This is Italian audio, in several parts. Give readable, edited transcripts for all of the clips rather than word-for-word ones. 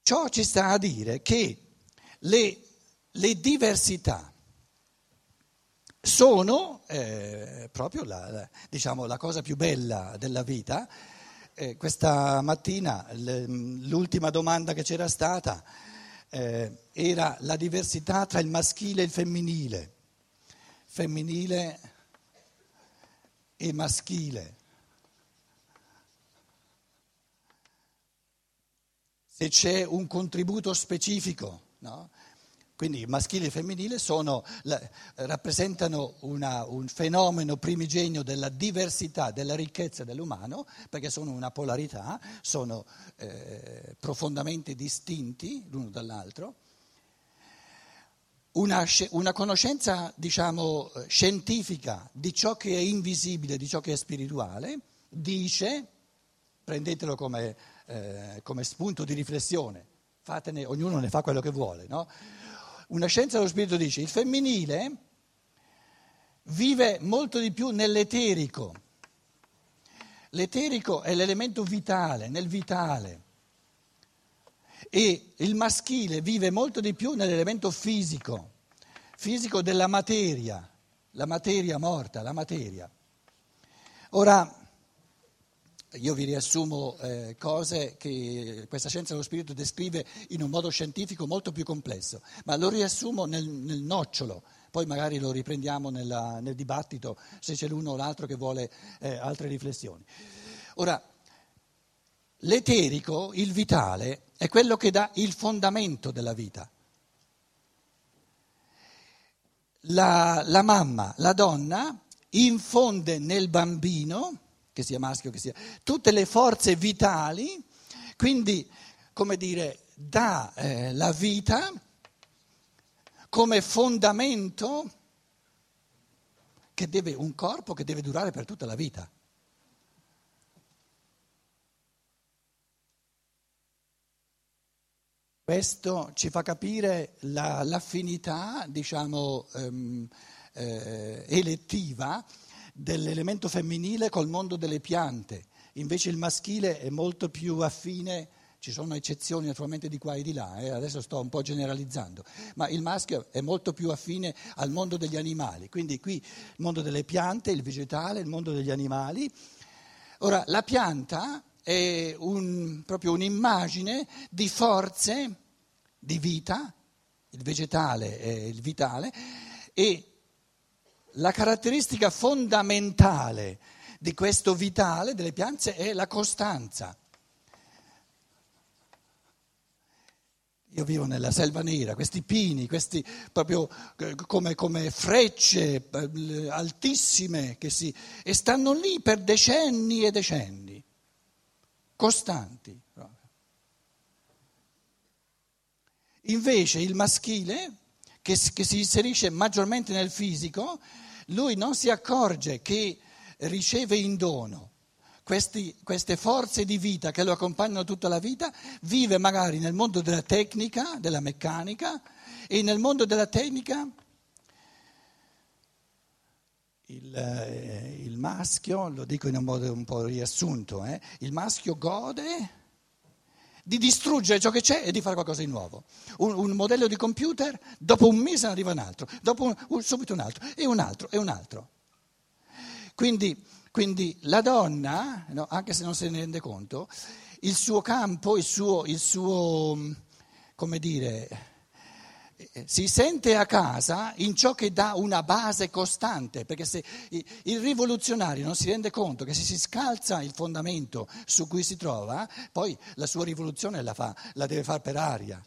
Ciò ci sta a dire che le diversità sono proprio diciamo, la cosa più bella della vita. Questa mattina l'ultima domanda che c'era stata era la diversità tra il maschile e il femminile e maschile. Se c'è un contributo specifico, no? Quindi il maschile e il femminile rappresentano un fenomeno primigenio della diversità, della ricchezza dell'umano, perché sono una polarità, sono profondamente distinti l'uno dall'altro. Una conoscenza, diciamo, scientifica di ciò che è invisibile, di ciò che è spirituale, dice, prendetelo come spunto di riflessione, ognuno ne fa quello che vuole, no? Una scienza dello spirito dice il femminile vive molto di più nell'eterico. L'eterico è l'elemento vitale, nel vitale. E il maschile vive molto di più nell'elemento fisico della materia, la materia morta, la materia. Ora, io vi riassumo cose che questa scienza dello spirito descrive in un modo scientifico molto più complesso, ma lo riassumo nel nocciolo, poi magari lo riprendiamo nel dibattito se c'è l'uno o l'altro che vuole altre riflessioni. Ora, l'eterico, il vitale, è quello che dà il fondamento della vita. La mamma, la donna, infonde nel bambino, che sia maschio che sia, tutte le forze vitali, quindi, come dire, dà la vita come fondamento un corpo che deve durare per tutta la vita. Questo ci fa capire l'affinità, diciamo, elettiva dell'elemento femminile col mondo delle piante. Invece il maschile è molto più affine, ci sono eccezioni naturalmente di qua e di là, adesso sto un po' generalizzando, ma il maschio è molto più affine al mondo degli animali, quindi qui il mondo delle piante, il vegetale, il mondo degli animali. Ora, la pianta è proprio un'immagine di forze di vita, il vegetale è il vitale, e la caratteristica fondamentale di questo vitale delle piante è la costanza. Io vivo nella selva nera, questi pini, questi proprio come frecce altissime e stanno lì per decenni e decenni, costanti. Invece il maschile, che si inserisce maggiormente nel fisico, lui non si accorge che riceve in dono queste forze di vita che lo accompagnano tutta la vita, vive magari nel mondo della tecnica, della meccanica, e nel mondo della tecnica il maschio, lo dico in un modo un po' riassunto, il maschio gode di distruggere ciò che c'è e di fare qualcosa di nuovo. Un modello di computer, dopo un mese ne arriva un altro, dopo subito un altro, e un altro, e un altro. Quindi la donna, no, anche se non se ne rende conto, il suo campo, il suo, come dire, si sente a casa in ciò che dà una base costante, perché se il rivoluzionario non si rende conto che se si scalza il fondamento su cui si trova, poi la sua rivoluzione la deve fare per aria.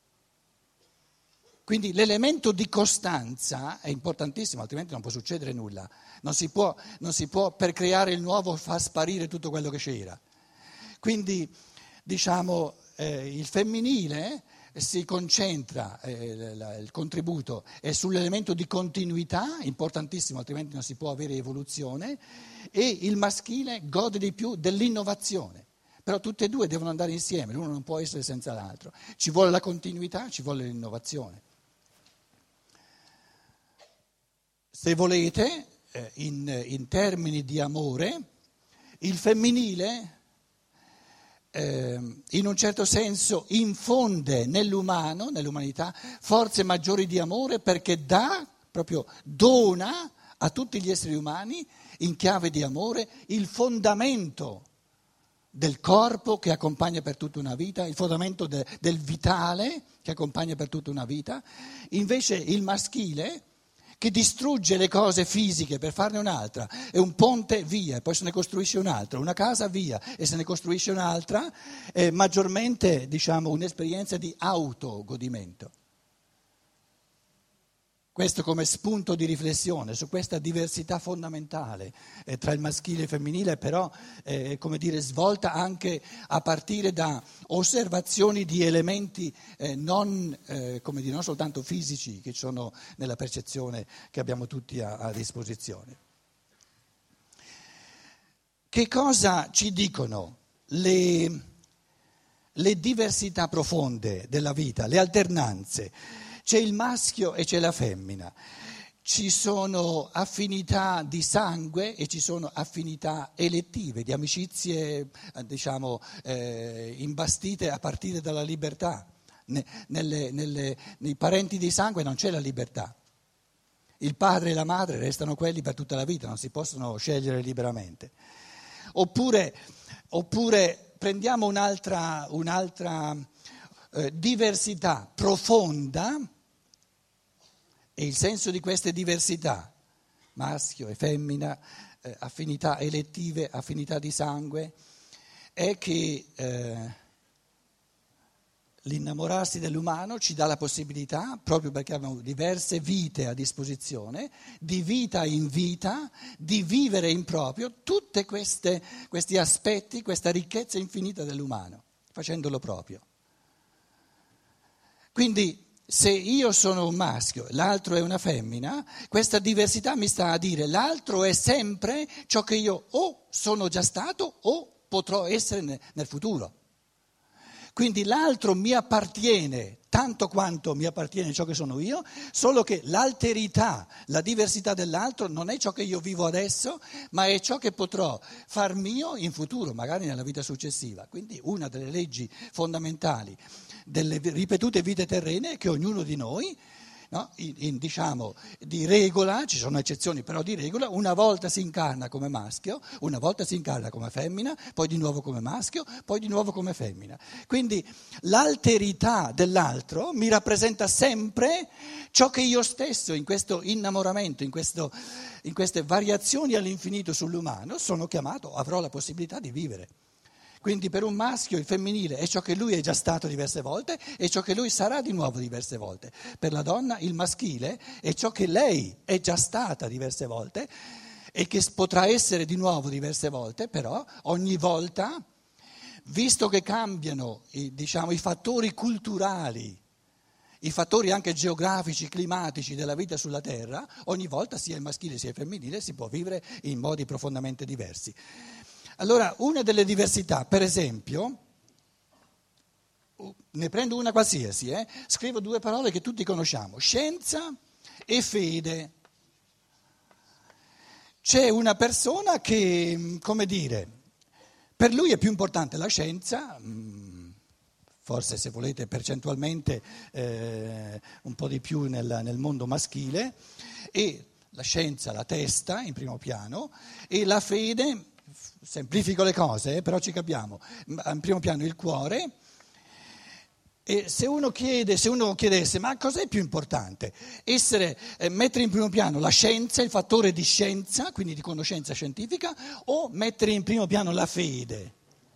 Quindi l'elemento di costanza è importantissimo, altrimenti non può succedere nulla. Non si può per creare il nuovo far sparire tutto quello che c'era. Quindi, diciamo, il femminile si concentra, il contributo è sull'elemento di continuità, importantissimo, altrimenti non si può avere evoluzione, e il maschile gode di più dell'innovazione. Però tutte e due devono andare insieme, l'uno non può essere senza l'altro. Ci vuole la continuità, ci vuole l'innovazione. Se volete, in termini di amore, il femminile in un certo senso infonde nell'umanità, forze maggiori di amore perché proprio dona a tutti gli esseri umani, in chiave di amore, il fondamento del corpo che accompagna per tutta una vita, il fondamento del vitale che accompagna per tutta una vita. Invece il maschile, che distrugge le cose fisiche per farne un'altra, è un ponte via e poi se ne costruisce un'altra, una casa via e se ne costruisce un'altra, è maggiormente, diciamo, un'esperienza di autogodimento. Questo come spunto di riflessione su questa diversità fondamentale tra il maschile e il femminile, però come dire, svolta anche a partire da osservazioni di elementi non soltanto fisici che sono nella percezione che abbiamo tutti a disposizione. Che cosa ci dicono le diversità profonde della vita, le alternanze? C'è il maschio e c'è la femmina, ci sono affinità di sangue e ci sono affinità elettive, di amicizie, diciamo, imbastite a partire dalla libertà. Nei parenti di sangue non c'è la libertà. Il padre e la madre restano quelli per tutta la vita, non si possono scegliere liberamente. Oppure prendiamo un'altra diversità profonda e il senso di queste diversità, maschio e femmina, affinità elettive, affinità di sangue, è che l'innamorarsi dell'umano ci dà la possibilità, proprio perché abbiamo diverse vite a disposizione, di vita in vita, di vivere in proprio tutti questi aspetti, questa ricchezza infinita dell'umano, facendolo proprio. Quindi se io sono un maschio e l'altro è una femmina, questa diversità mi sta a dire l'altro è sempre ciò che io o sono già stato o potrò essere nel futuro. Quindi l'altro mi appartiene tanto quanto mi appartiene ciò che sono io, solo che l'alterità, la diversità dell'altro non è ciò che io vivo adesso, ma è ciò che potrò far mio in futuro, magari nella vita successiva. Quindi una delle leggi fondamentali delle ripetute vite terrene è che ognuno di noi, no, diciamo di regola, ci sono eccezioni però di regola, una volta si incarna come maschio, una volta si incarna come femmina, poi di nuovo come maschio, poi di nuovo come femmina. Quindi l'alterità dell'altro mi rappresenta sempre ciò che io stesso in questo innamoramento, in queste variazioni all'infinito sull'umano sono chiamato, avrò la possibilità di vivere. Quindi per un maschio il femminile è ciò che lui è già stato diverse volte e ciò che lui sarà di nuovo diverse volte. Per la donna il maschile è ciò che lei è già stata diverse volte e che potrà essere di nuovo diverse volte, però ogni volta, visto che cambiano i fattori culturali, i fattori anche geografici, climatici della vita sulla Terra, ogni volta sia il maschile sia il femminile si può vivere in modi profondamente diversi. Allora, una delle diversità, per esempio, ne prendo una qualsiasi, scrivo due parole che tutti conosciamo, scienza e fede. C'è una persona che, come dire, per lui è più importante la scienza, forse se volete percentualmente un po' di più nel mondo maschile, e la scienza, la testa in primo piano, e la fede, semplifico le cose, però ci capiamo, in primo piano il cuore. E se uno chiedesse ma cos'è più importante? Mettere in primo piano la scienza, il fattore di scienza, quindi di conoscenza scientifica, o mettere in primo piano la fede?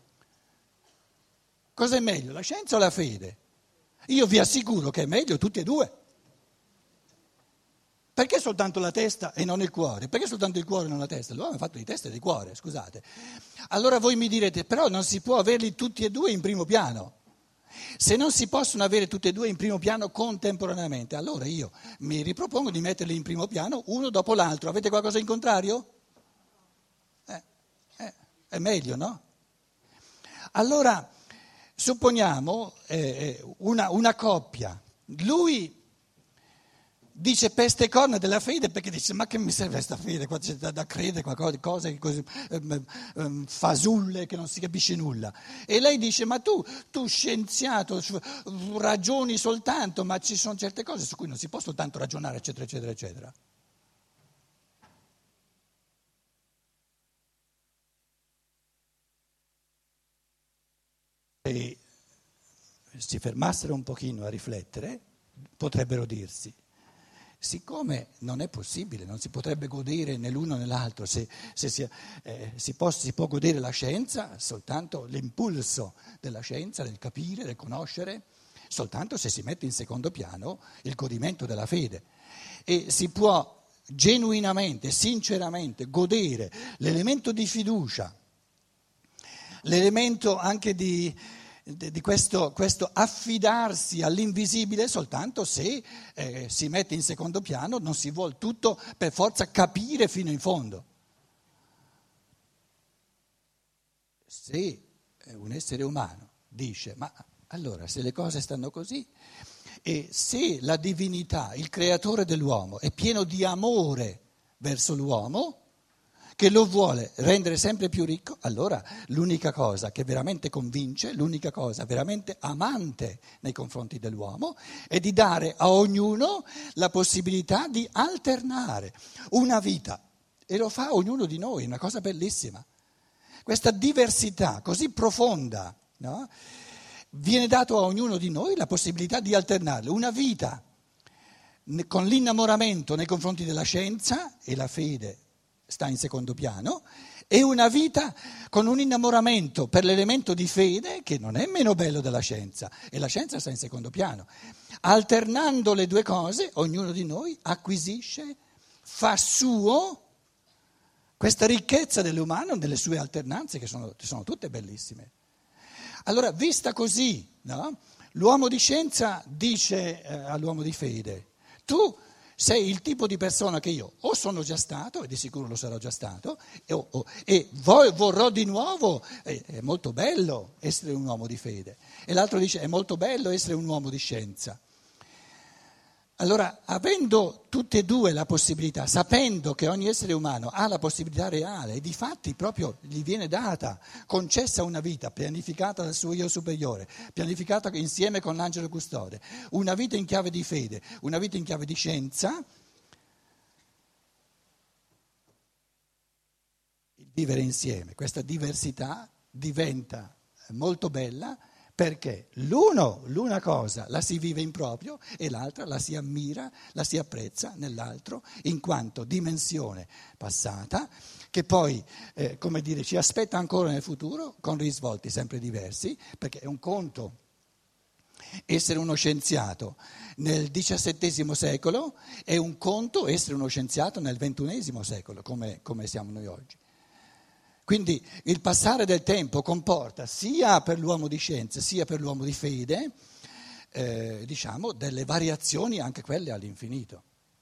Cos'è meglio, la scienza o la fede? Io vi assicuro che è meglio tutti e due. Perché soltanto la testa e non il cuore? Perché soltanto il cuore e non la testa? L'uomo è fatto di testa e di cuore, scusate. Allora voi mi direte, però non si può averli tutti e due in primo piano. Se non si possono avere tutti e due in primo piano contemporaneamente, allora io mi ripropongo di metterli in primo piano uno dopo l'altro. Avete qualcosa in contrario? È meglio, no? Allora, supponiamo una coppia. Lui dice peste e corna della fede perché dice ma che mi serve questa fede, qua c'è da credere, cose così, fasulle che non si capisce nulla. E lei dice ma tu scienziato ragioni soltanto, ma ci sono certe cose su cui non si può soltanto ragionare, eccetera, eccetera, eccetera. Se si fermassero un pochino a riflettere, potrebbero dirsi, siccome non è possibile, non si potrebbe godere né l'uno né l'altro, si può godere la scienza, soltanto l'impulso della scienza, del capire, del conoscere, soltanto se si mette in secondo piano il godimento della fede. E si può genuinamente, sinceramente godere l'elemento di fiducia, l'elemento anche di questo affidarsi all'invisibile soltanto se si mette in secondo piano, non si vuol tutto per forza capire fino in fondo. Se un essere umano dice, ma allora se le cose stanno così, e se la divinità, il creatore dell'uomo, è pieno di amore verso l'uomo, che lo vuole rendere sempre più ricco, allora l'unica cosa che veramente convince, l'unica cosa veramente amante nei confronti dell'uomo è di dare a ognuno la possibilità di alternare una vita. E lo fa ognuno di noi, è una cosa bellissima. Questa diversità così profonda, no? Viene dato a ognuno di noi la possibilità di alternare una vita con l'innamoramento nei confronti della scienza e la fede sta in secondo piano, e una vita con un innamoramento per l'elemento di fede che non è meno bello della scienza, e la scienza sta in secondo piano. Alternando le due cose, ognuno di noi acquisisce, fa suo questa ricchezza dell'umano nelle sue alternanze che sono tutte bellissime. Allora, vista così, no? L'uomo di scienza dice all'uomo di fede, tu sei il tipo di persona che io o sono già stato, e di sicuro lo sarò già stato, e vorrò di nuovo, è molto bello essere un uomo di fede. E l'altro dice, è molto bello essere un uomo di scienza. Allora, avendo tutte e due la possibilità, sapendo che ogni essere umano ha la possibilità reale, e difatti proprio gli viene data, concessa una vita pianificata dal suo io superiore, pianificata insieme con l'angelo custode, una vita in chiave di fede, una vita in chiave di scienza, il vivere insieme, questa diversità diventa molto bella. Perché l'una cosa la si vive in proprio e l'altra la si ammira, la si apprezza nell'altro in quanto dimensione passata che poi, come dire, ci aspetta ancora nel futuro con risvolti sempre diversi, perché è un conto essere uno scienziato nel XVII secolo, è un conto essere uno scienziato nel XXI secolo, come siamo noi oggi. Quindi il passare del tempo comporta sia per l'uomo di scienza sia per l'uomo di fede, diciamo, delle variazioni anche quelle all'infinito.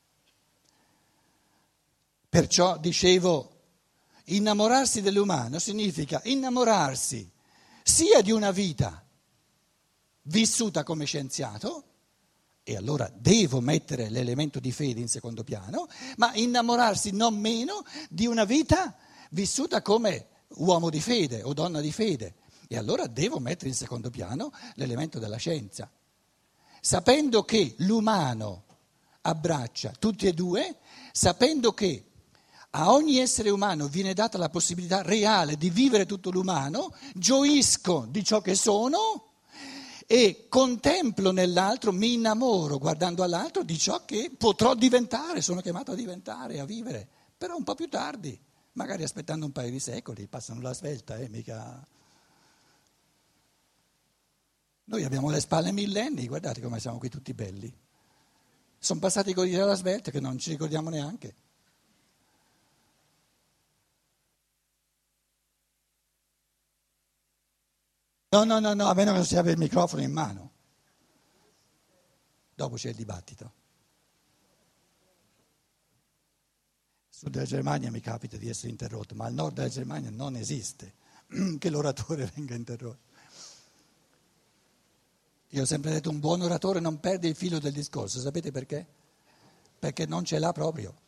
Perciò dicevo, innamorarsi dell'umano significa innamorarsi sia di una vita vissuta come scienziato, e allora devo mettere l'elemento di fede in secondo piano, ma innamorarsi non meno di una vita vissuta come uomo di fede o donna di fede, e allora devo mettere in secondo piano l'elemento della scienza, sapendo che l'umano abbraccia tutti e due, sapendo che a ogni essere umano viene data la possibilità reale di vivere tutto l'umano, gioisco di ciò che sono e contemplo nell'altro, mi innamoro guardando all'altro di ciò che potrò diventare, sono chiamato a diventare, a vivere, però un po' più tardi. Magari aspettando un paio di secoli, passano la svelta, mica. Noi abbiamo le spalle millenni, guardate come siamo qui tutti belli. Sono passati così dalla svelta che non ci ricordiamo neanche. No, a meno che non si abbia il microfono in mano. Dopo c'è il dibattito. Sul della Germania mi capita di essere interrotto, ma al nord della Germania non esiste che l'oratore venga interrotto. Io ho sempre detto un buon oratore non perde il filo del discorso, sapete perché? perché non ce l'ha proprio.